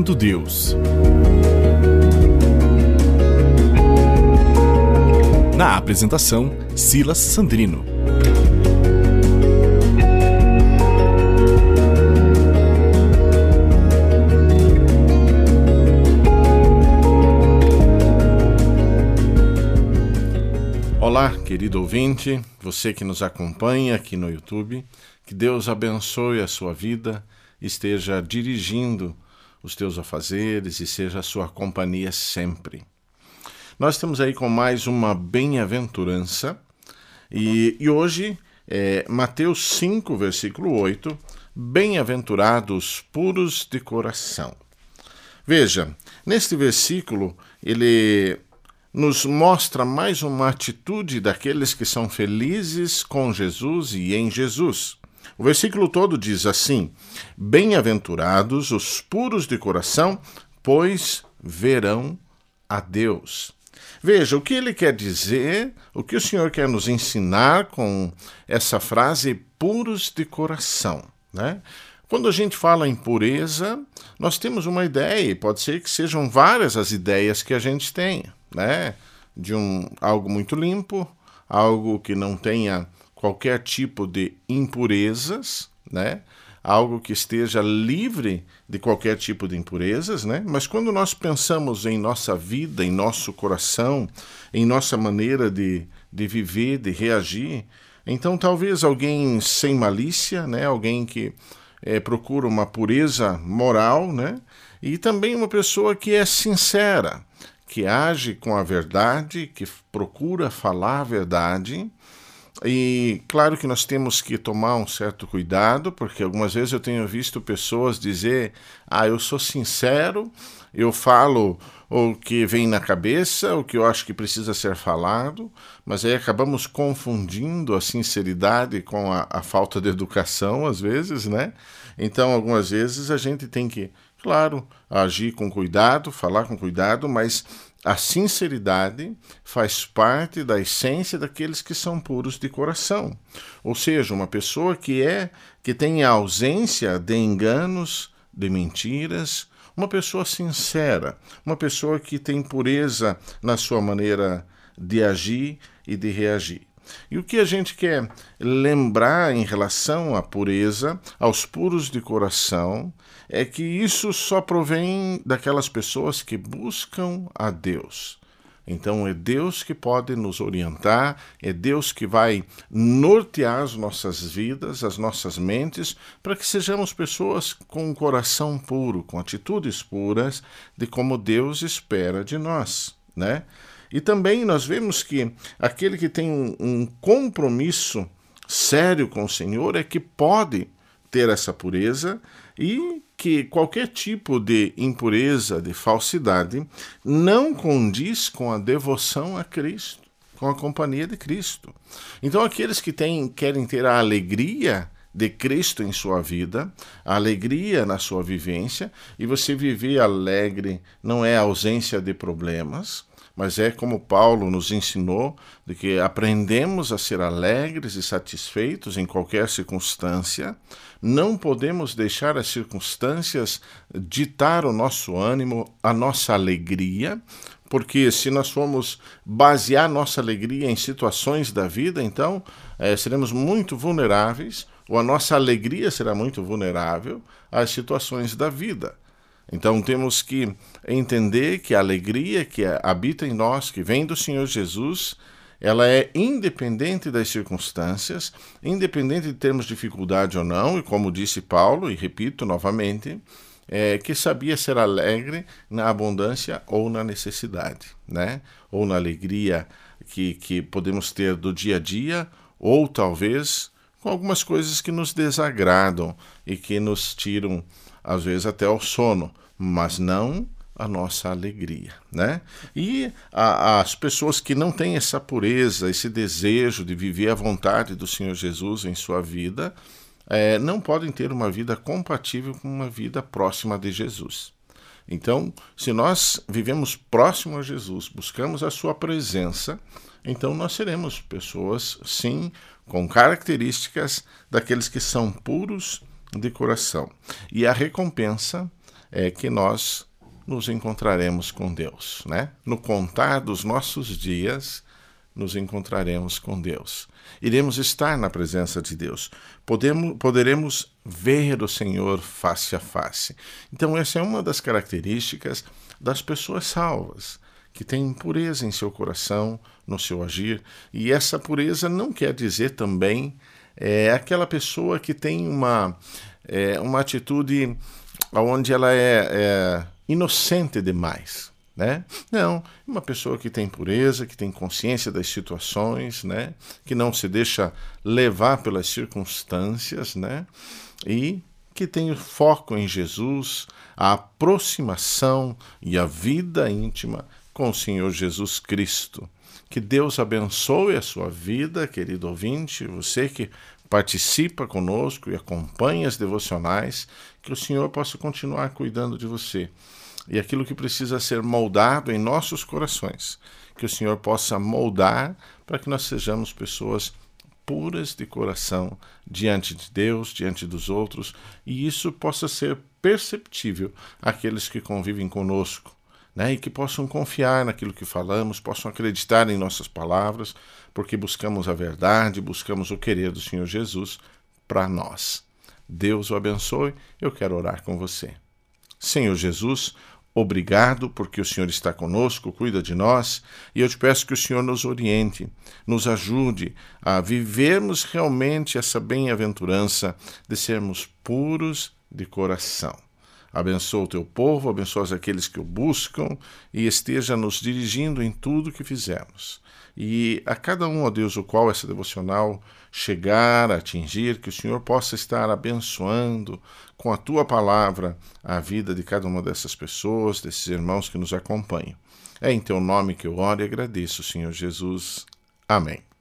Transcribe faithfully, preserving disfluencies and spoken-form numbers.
Conhecendo Deus. Na apresentação, Silas Sandrino. Olá, querido ouvinte, você que nos acompanha aqui no YouTube, que Deus abençoe a sua vida, esteja dirigindo os teus afazeres e seja a sua companhia sempre. Nós estamos aí com mais uma bem-aventurança e, e hoje é Mateus cinco, versículo oito, bem-aventurados puros de coração. Veja, neste versículo ele nos mostra mais uma atitude daqueles que são felizes com Jesus e em Jesus. O versículo todo diz assim: bem-aventurados os puros de coração, pois verão a Deus. Veja, o que ele quer dizer, o que o Senhor quer nos ensinar com essa frase puros de coração, né? Quando a gente fala em pureza, nós temos uma ideia, e pode ser que sejam várias as ideias que a gente tenha, né? De um, algo muito limpo, algo que não tenha qualquer tipo de impurezas, né? Algo que esteja livre de qualquer tipo de impurezas, né? Mas quando nós pensamos em nossa vida, em nosso coração, em nossa maneira de, de viver, de reagir, então talvez alguém sem malícia, né? Alguém que é, procura uma pureza moral, né? E também uma pessoa que é sincera, que age com a verdade, que procura falar a verdade. E claro que nós temos que tomar um certo cuidado, porque algumas vezes eu tenho visto pessoas dizer: ah, eu sou sincero, eu falo o que vem na cabeça, o que eu acho que precisa ser falado, mas aí acabamos confundindo a sinceridade com a, a falta de educação, às vezes, né? Então, algumas vezes a gente tem que, claro, agir com cuidado, falar com cuidado, mas a sinceridade faz parte da essência daqueles que são puros de coração. Ou seja, uma pessoa que é que tem a ausência de enganos, de mentiras, uma pessoa sincera, uma pessoa que tem pureza na sua maneira de agir e de reagir. E o que a gente quer lembrar em relação à pureza, aos puros de coração, é que isso só provém daquelas pessoas que buscam a Deus. Então é Deus que pode nos orientar, é Deus que vai nortear as nossas vidas, as nossas mentes, para que sejamos pessoas com um coração puro, com atitudes puras, de como Deus espera de nós, né? E também nós vemos que aquele que tem um, um compromisso sério com o Senhor é que pode ter essa pureza e que qualquer tipo de impureza, de falsidade, não condiz com a devoção a Cristo, com a companhia de Cristo. Então aqueles que têm, querem ter a alegria de Cristo em sua vida, a alegria na sua vivência, e você viver alegre não é ausência de problemas, mas é como Paulo nos ensinou, de que aprendemos a ser alegres e satisfeitos em qualquer circunstância. Não podemos deixar as circunstâncias ditar o nosso ânimo, a nossa alegria, porque se nós formos basear nossa alegria em situações da vida, então é, seremos muito vulneráveis, ou a nossa alegria será muito vulnerável às situações da vida. Então temos que entender que a alegria que habita em nós, que vem do Senhor Jesus, ela é independente das circunstâncias, independente de termos dificuldade ou não, e como disse Paulo, e repito novamente, é, que sabia ser alegre na abundância ou na necessidade, né? Ou na alegria que, que podemos ter do dia a dia, ou talvez com algumas coisas que nos desagradam e que nos tiram às vezes até ao sono, mas não a nossa alegria, né? E a, as pessoas que não têm essa pureza, esse desejo de viver a vontade do Senhor Jesus em sua vida, é, não podem ter uma vida compatível com uma vida próxima de Jesus. Então, se nós vivemos próximo a Jesus, buscamos a sua presença, então nós seremos pessoas, sim, com características daqueles que são puros de coração. E a recompensa é que nós nos encontraremos com Deus, né? No contar dos nossos dias, nos encontraremos com Deus. Iremos estar na presença de Deus. Podemos, poderemos ver o Senhor face a face. Então, essa é uma das características das pessoas salvas, que têm pureza em seu coração, no seu agir. E essa pureza não quer dizer também é, aquela pessoa que tem uma, é, uma atitude onde ela é, é inocente demais. Né? Não, uma pessoa que tem pureza, que tem consciência das situações, né? Que não se deixa levar pelas circunstâncias, né? E que tem o foco em Jesus, a aproximação e a vida íntima com o Senhor Jesus Cristo. Que Deus abençoe a sua vida, querido ouvinte, você que participa conosco e acompanha as devocionais, que o Senhor possa continuar cuidando de você. E aquilo que precisa ser moldado em nossos corações, que o Senhor possa moldar para que nós sejamos pessoas puras de coração diante de Deus, diante dos outros, e isso possa ser perceptível àqueles que convivem conosco, né? E que possam confiar naquilo que falamos, possam acreditar em nossas palavras, porque buscamos a verdade, buscamos o querer do Senhor Jesus para nós. Deus o abençoe. Eu quero orar com você. Senhor Jesus, obrigado porque o Senhor está conosco, cuida de nós, e eu te peço que o Senhor nos oriente, nos ajude a vivermos realmente essa bem-aventurança de sermos puros de coração. Abençoa o teu povo, abençoa aqueles que o buscam e esteja nos dirigindo em tudo que fizermos. E a cada um, ó Deus, o qual essa devocional chegar a atingir, que o Senhor possa estar abençoando com a tua palavra a vida de cada uma dessas pessoas, desses irmãos que nos acompanham. É em teu nome que eu oro e agradeço, Senhor Jesus. Amém.